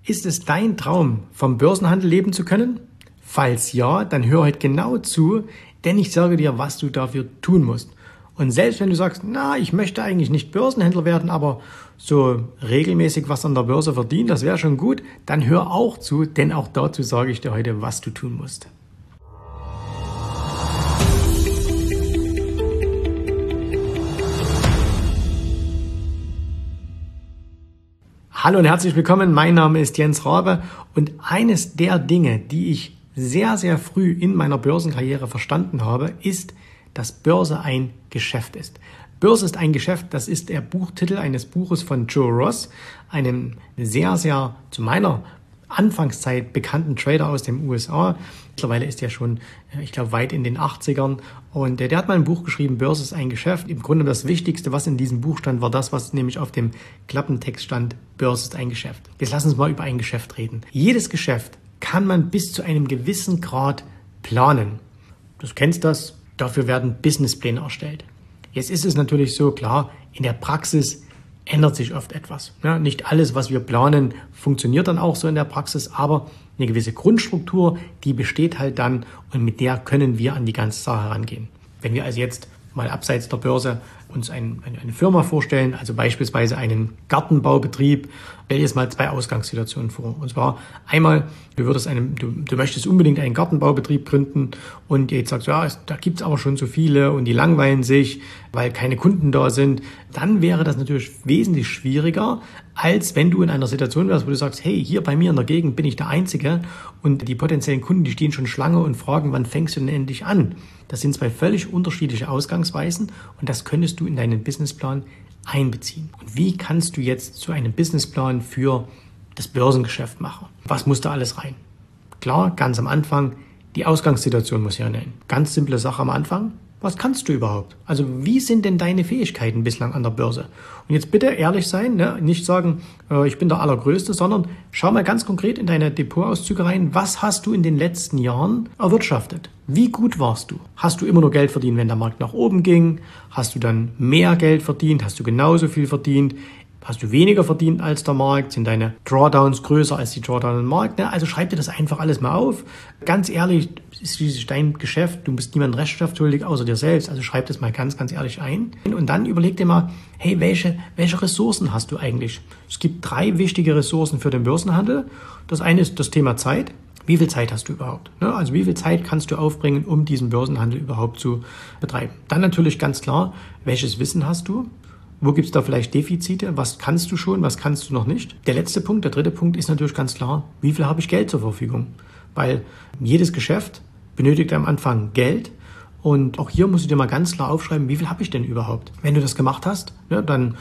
Ist es dein Traum, vom Börsenhandel leben zu können? Falls ja, dann hör heute genau zu, denn ich sage dir, was du dafür tun musst. Und selbst wenn du sagst, ich möchte eigentlich nicht Börsenhändler werden, aber so regelmäßig was an der Börse verdienen, das wäre schon gut, dann hör auch zu, denn auch dazu sage ich dir heute, was du tun musst. Hallo und herzlich willkommen, mein Name ist Jens Rabe und eines der Dinge, die ich sehr, sehr früh in meiner Börsenkarriere verstanden habe, ist, dass Börse ein Geschäft ist. Börse ist ein Geschäft, das ist der Buchtitel eines Buches von Joe Ross, einem sehr, sehr zu meiner Anfangszeit bekannten Trader aus den USA. Mittlerweile ist er schon, ich glaube, weit in den 80ern. Und der hat mal ein Buch geschrieben, Börse ist ein Geschäft. Im Grunde das Wichtigste, was in diesem Buch stand, war das, was nämlich auf dem Klappentext stand, Börse ist ein Geschäft. Jetzt lass uns mal über ein Geschäft reden. Jedes Geschäft kann man bis zu einem gewissen Grad planen. Du kennst das, dafür werden Businesspläne erstellt. Jetzt ist es natürlich so, klar, in der Praxis ändert sich oft etwas. Ja, nicht alles, was wir planen, funktioniert dann auch so in der Praxis, aber eine gewisse Grundstruktur, die besteht halt dann und mit der können wir an die ganze Sache herangehen. Wenn wir also jetzt mal abseits der Börse uns eine Firma vorstellen, also beispielsweise einen Gartenbaubetrieb, stell dir jetzt mal zwei Ausgangssituationen vor. Und zwar einmal, du möchtest unbedingt einen Gartenbaubetrieb gründen und jetzt sagst du, da gibt's aber schon so viele und die langweilen sich, weil keine Kunden da sind. Dann wäre das natürlich wesentlich schwieriger, als wenn du in einer Situation wärst, wo du sagst, hey, hier bei mir in der Gegend bin ich der Einzige und die potenziellen Kunden, die stehen schon Schlange und fragen, wann fängst du denn endlich an? Das sind zwei völlig unterschiedliche Ausgangsweisen und das könntest du in deinen Businessplan einbeziehen. Und wie kannst du jetzt so einen Businessplan für das Börsengeschäft machen? Was muss da alles rein? Klar, ganz am Anfang, die Ausgangssituation muss ja rein. Ganz simple Sache am Anfang. Was kannst du überhaupt? Also wie sind denn deine Fähigkeiten bislang an der Börse? Und jetzt bitte ehrlich sein, nicht sagen, ich bin der Allergrößte, sondern schau mal ganz konkret in deine Depotauszüge rein. Was hast du in den letzten Jahren erwirtschaftet? Wie gut warst du? Hast du immer nur Geld verdient, wenn der Markt nach oben ging? Hast du dann mehr Geld verdient? Hast du genauso viel verdient? Hast du weniger verdient als der Markt? Sind deine Drawdowns größer als die Drawdowns im Markt? Also schreib dir das einfach alles mal auf. Ganz ehrlich, ist schließlich dein Geschäft. Du bist niemandem Rechenschaft schuldig, außer dir selbst. Also schreib das mal ganz, ganz ehrlich ein. Und dann überleg dir mal, hey, welche Ressourcen hast du eigentlich? Es gibt 3 wichtige Ressourcen für den Börsenhandel. Das eine ist das Thema Zeit. Wie viel Zeit hast du überhaupt? Also wie viel Zeit kannst du aufbringen, um diesen Börsenhandel überhaupt zu betreiben? Dann natürlich ganz klar, welches Wissen hast du? Wo gibt es da vielleicht Defizite? Was kannst du schon, was kannst du noch nicht? Der letzte Punkt, der dritte Punkt ist natürlich ganz klar, wie viel habe ich Geld zur Verfügung? Weil jedes Geschäft benötigt am Anfang Geld und auch hier musst du dir mal ganz klar aufschreiben, wie viel habe ich denn überhaupt? Wenn du das gemacht hast, dann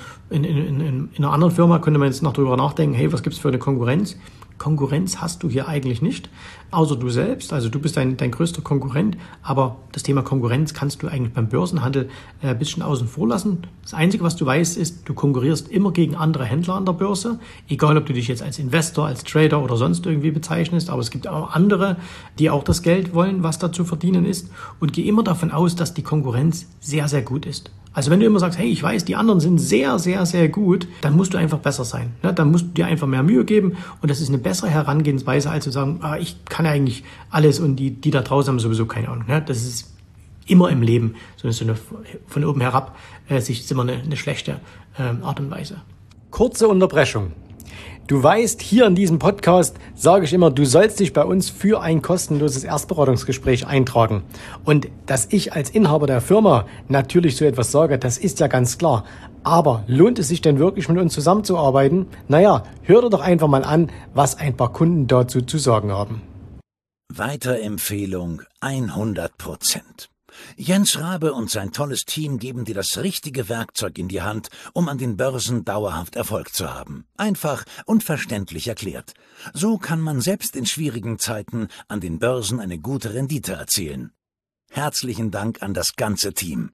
in einer anderen Firma könnte man jetzt noch drüber nachdenken, hey, was gibt es für eine Konkurrenz? Konkurrenz hast du hier eigentlich nicht, außer du selbst. Also du bist dein größter Konkurrent, aber das Thema Konkurrenz kannst du eigentlich beim Börsenhandel ein bisschen außen vor lassen. Das Einzige, was du weißt, ist, du konkurrierst immer gegen andere Händler an der Börse, egal ob du dich jetzt als Investor, als Trader oder sonst irgendwie bezeichnest, aber es gibt auch andere, die auch das Geld wollen, was da zu verdienen ist und geh immer davon aus, dass die Konkurrenz sehr, sehr gut ist. Also wenn du immer sagst, hey, ich weiß, die anderen sind sehr, sehr, sehr gut, dann musst du einfach besser sein. Dann musst du dir einfach mehr Mühe geben und das ist eine bessere Herangehensweise, als zu sagen, ich kann eigentlich alles und die da draußen haben sowieso keine Ahnung. Das ist immer im Leben so eine von oben herab sich ist immer eine schlechte Art und Weise. Kurze Unterbrechung. Du weißt, hier in diesem Podcast sage ich immer, du sollst dich bei uns für ein kostenloses Erstberatungsgespräch eintragen. Und dass ich als Inhaber der Firma natürlich so etwas sage, das ist ja ganz klar. Aber lohnt es sich denn wirklich mit uns zusammenzuarbeiten? Hör dir doch einfach mal an, was ein paar Kunden dazu zu sagen haben. Weiterempfehlung 100%. Jens Rabe und sein tolles Team geben dir das richtige Werkzeug in die Hand, um an den Börsen dauerhaft Erfolg zu haben. Einfach und verständlich erklärt. So kann man selbst in schwierigen Zeiten an den Börsen eine gute Rendite erzielen. Herzlichen Dank an das ganze Team.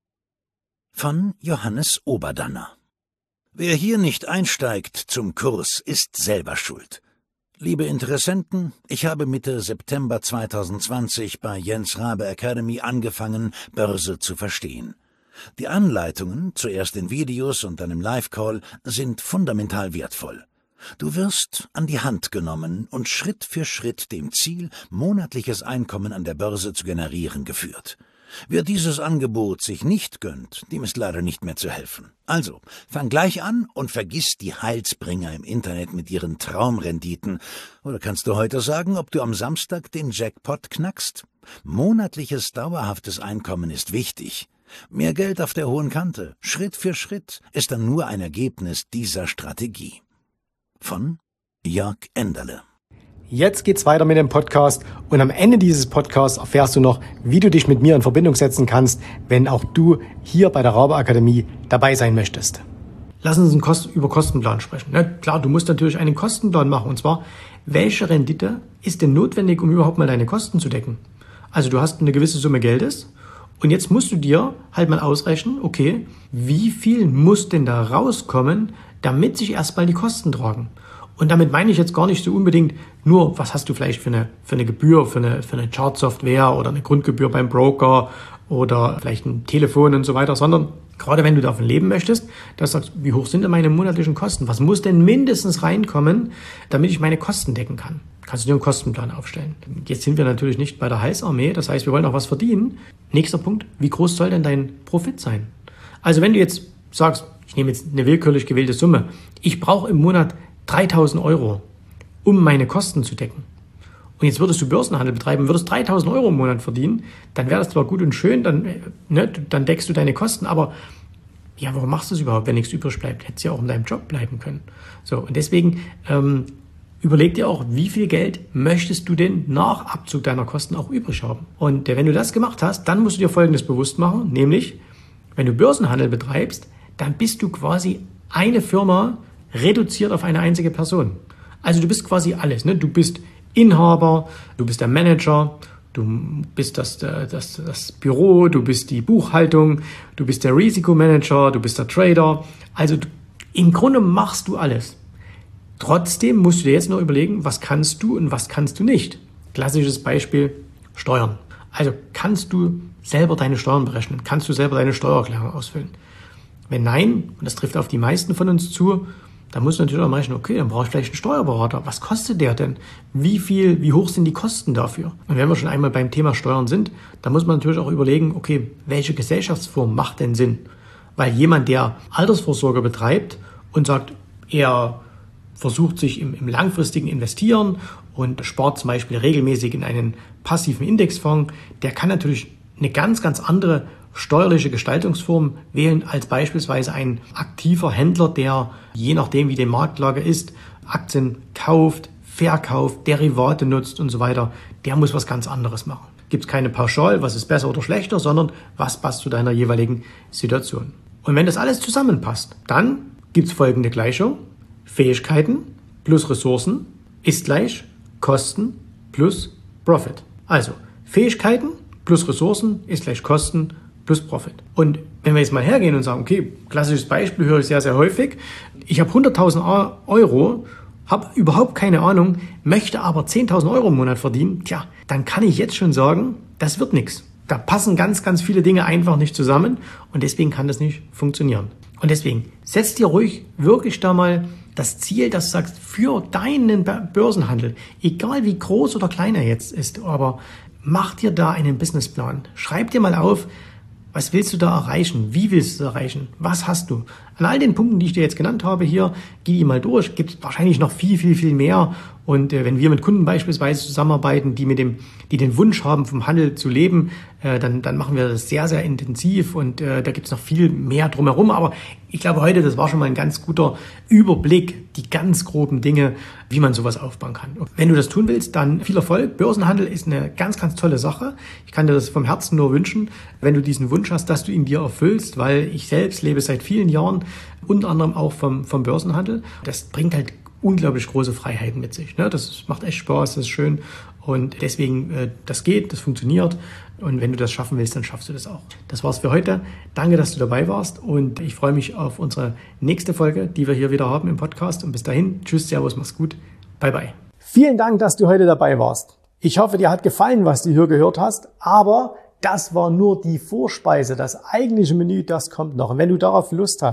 Von Johannes Oberdanner. Wer hier nicht einsteigt zum Kurs, ist selber schuld. Liebe Interessenten, ich habe Mitte September 2020 bei Jens Rabe Academy angefangen, Börse zu verstehen. Die Anleitungen, zuerst in Videos und dann im Live-Call, sind fundamental wertvoll. Du wirst an die Hand genommen und Schritt für Schritt dem Ziel, monatliches Einkommen an der Börse zu generieren, geführt. Wer dieses Angebot sich nicht gönnt, dem ist leider nicht mehr zu helfen. Also, fang gleich an und vergiss die Heilsbringer im Internet mit ihren Traumrenditen. Oder kannst du heute sagen, ob du am Samstag den Jackpot knackst? Monatliches, dauerhaftes Einkommen ist wichtig. Mehr Geld auf der hohen Kante, Schritt für Schritt, ist dann nur ein Ergebnis dieser Strategie. Von Jörg Enderle. Jetzt geht's weiter mit dem Podcast und am Ende dieses Podcasts erfährst du noch, wie du dich mit mir in Verbindung setzen kannst, wenn auch du hier bei der Rauber Akademie dabei sein möchtest. Lass uns über Kostenplan sprechen. Na klar, du musst natürlich einen Kostenplan machen und zwar, welche Rendite ist denn notwendig, um überhaupt mal deine Kosten zu decken? Also du hast eine gewisse Summe Geldes und jetzt musst du dir halt mal ausrechnen, okay, wie viel muss denn da rauskommen, damit sich erstmal die Kosten tragen? Und damit meine ich jetzt gar nicht so unbedingt nur, was hast du vielleicht für eine Gebühr, für eine Chartsoftware oder eine Grundgebühr beim Broker oder vielleicht ein Telefon und so weiter, sondern gerade wenn du davon leben möchtest, dass du sagst, wie hoch sind denn meine monatlichen Kosten? Was muss denn mindestens reinkommen, damit ich meine Kosten decken kann? Kannst du dir einen Kostenplan aufstellen? Jetzt sind wir natürlich nicht bei der Heilsarmee, das heißt, wir wollen auch was verdienen. Nächster Punkt, wie groß soll denn dein Profit sein? Also wenn du jetzt sagst, ich nehme jetzt eine willkürlich gewählte Summe, ich brauche im Monat 3.000 Euro, um meine Kosten zu decken. Und jetzt würdest du Börsenhandel betreiben, würdest 3.000 Euro im Monat verdienen, dann wäre das zwar gut und schön, dann deckst du deine Kosten, aber ja, warum machst du es überhaupt, wenn nichts übrig bleibt? Hättest ja auch in deinem Job bleiben können. So, und deswegen überleg dir auch, wie viel Geld möchtest du denn nach Abzug deiner Kosten auch übrig haben? Und wenn du das gemacht hast, dann musst du dir Folgendes bewusst machen, nämlich, wenn du Börsenhandel betreibst, dann bist du quasi eine Firma reduziert auf eine einzige Person. Also du bist quasi alles. Ne? Du bist Inhaber, du bist der Manager, du bist das Büro, du bist die Buchhaltung, du bist der Risikomanager, du bist der Trader. Also im Grunde machst du alles. Trotzdem musst du dir jetzt noch überlegen, was kannst du und was kannst du nicht. Klassisches Beispiel, Steuern. Also kannst du selber deine Steuern berechnen? Kannst du selber deine Steuererklärung ausfüllen? Wenn nein, und das trifft auf die meisten von uns zu, dann musst du natürlich auch mal rechnen, okay, dann brauche ich vielleicht einen Steuerberater. Was kostet der denn? Wie hoch sind die Kosten dafür? Und wenn wir schon einmal beim Thema Steuern sind, dann muss man natürlich auch überlegen, okay, welche Gesellschaftsform macht denn Sinn? Weil jemand, der Altersvorsorge betreibt und sagt, er versucht sich im langfristigen Investieren und spart zum Beispiel regelmäßig in einen passiven Indexfonds, der kann natürlich eine ganz, ganz andere steuerliche Gestaltungsform wählen als beispielsweise ein aktiver Händler, der je nachdem, wie die Marktlage ist, Aktien kauft, verkauft, Derivate nutzt und so weiter. Der muss was ganz anderes machen. Gibt es keine Pauschal, was ist besser oder schlechter, sondern was passt zu deiner jeweiligen Situation. Und wenn das alles zusammenpasst, dann gibt es folgende Gleichung. Fähigkeiten plus Ressourcen ist gleich Kosten plus Profit. Also Fähigkeiten plus Ressourcen ist gleich Kosten plus Profit. Und wenn wir jetzt mal hergehen und sagen, okay, klassisches Beispiel höre ich sehr, sehr häufig. Ich habe 100.000 Euro, habe überhaupt keine Ahnung, möchte aber 10.000 Euro im Monat verdienen. Tja, dann kann ich jetzt schon sagen, das wird nichts. Da passen ganz, ganz viele Dinge einfach nicht zusammen und deswegen kann das nicht funktionieren. Und deswegen setz dir ruhig wirklich da mal das Ziel, dass du sagst, für deinen Börsenhandel, egal wie groß oder klein er jetzt ist, aber mach dir da einen Businessplan. Schreib dir mal auf, was willst du da erreichen? Wie willst du es erreichen? Was hast du? An all den Punkten, die ich dir jetzt genannt habe hier, geh die mal durch. Gibt es wahrscheinlich noch viel, viel, viel mehr. Und wenn wir mit Kunden beispielsweise zusammenarbeiten, die den Wunsch haben, vom Handel zu leben, dann machen wir das sehr, sehr intensiv. Und da gibt es noch viel mehr drumherum. Aber ich glaube heute, das war schon mal ein ganz guter Überblick, die ganz groben Dinge, wie man sowas aufbauen kann. Und wenn du das tun willst, dann viel Erfolg. Börsenhandel ist eine ganz, ganz tolle Sache. Ich kann dir das vom Herzen nur wünschen, wenn du diesen Wunsch hast, dass du ihn dir erfüllst, weil ich selbst lebe seit vielen Jahren, unter anderem auch vom Börsenhandel. Das bringt halt unglaublich große Freiheiten mit sich. Das macht echt Spaß, das ist schön und deswegen, das geht, das funktioniert und wenn du das schaffen willst, dann schaffst du das auch. Das war's für heute. Danke, dass du dabei warst und ich freue mich auf unsere nächste Folge, die wir hier wieder haben im Podcast und bis dahin, tschüss, servus, mach's gut, bye bye. Vielen Dank, dass du heute dabei warst. Ich hoffe, dir hat gefallen, was du hier gehört hast, aber das war nur die Vorspeise, das eigentliche Menü, das kommt noch. Und wenn du darauf Lust hast,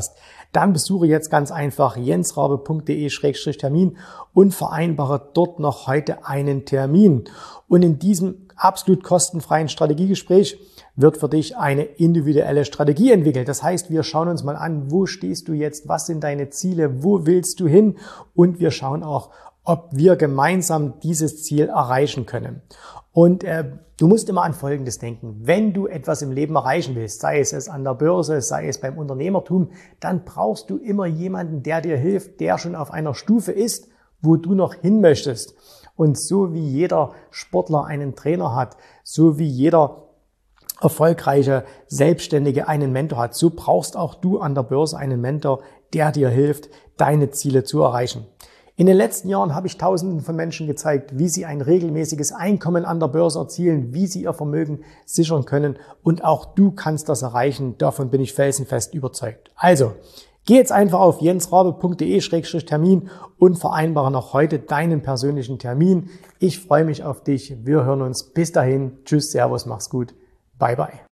dann besuche jetzt ganz einfach jensrabe.de/termin und vereinbare dort noch heute einen Termin. Und in diesem absolut kostenfreien Strategiegespräch wird für dich eine individuelle Strategie entwickelt. Das heißt, wir schauen uns mal an, wo stehst du jetzt, was sind deine Ziele, wo willst du hin, und wir schauen auch, ob wir gemeinsam dieses Ziel erreichen können. Und du musst immer an Folgendes denken: Wenn du etwas im Leben erreichen willst, sei es an der Börse, sei es beim Unternehmertum, dann brauchst du immer jemanden, der dir hilft, der schon auf einer Stufe ist, wo du noch hin möchtest. Und so wie jeder Sportler einen Trainer hat, so wie jeder erfolgreiche Selbstständige einen Mentor hat, so brauchst auch du an der Börse einen Mentor, der dir hilft, deine Ziele zu erreichen. In den letzten Jahren habe ich Tausenden von Menschen gezeigt, wie sie ein regelmäßiges Einkommen an der Börse erzielen, wie sie ihr Vermögen sichern können, und auch du kannst das erreichen. Davon bin ich felsenfest überzeugt. Also, geh jetzt einfach auf jensrabe.de/termin und vereinbare noch heute deinen persönlichen Termin. Ich freue mich auf dich. Wir hören uns. Bis dahin. Tschüss, Servus, mach's gut. Bye, bye.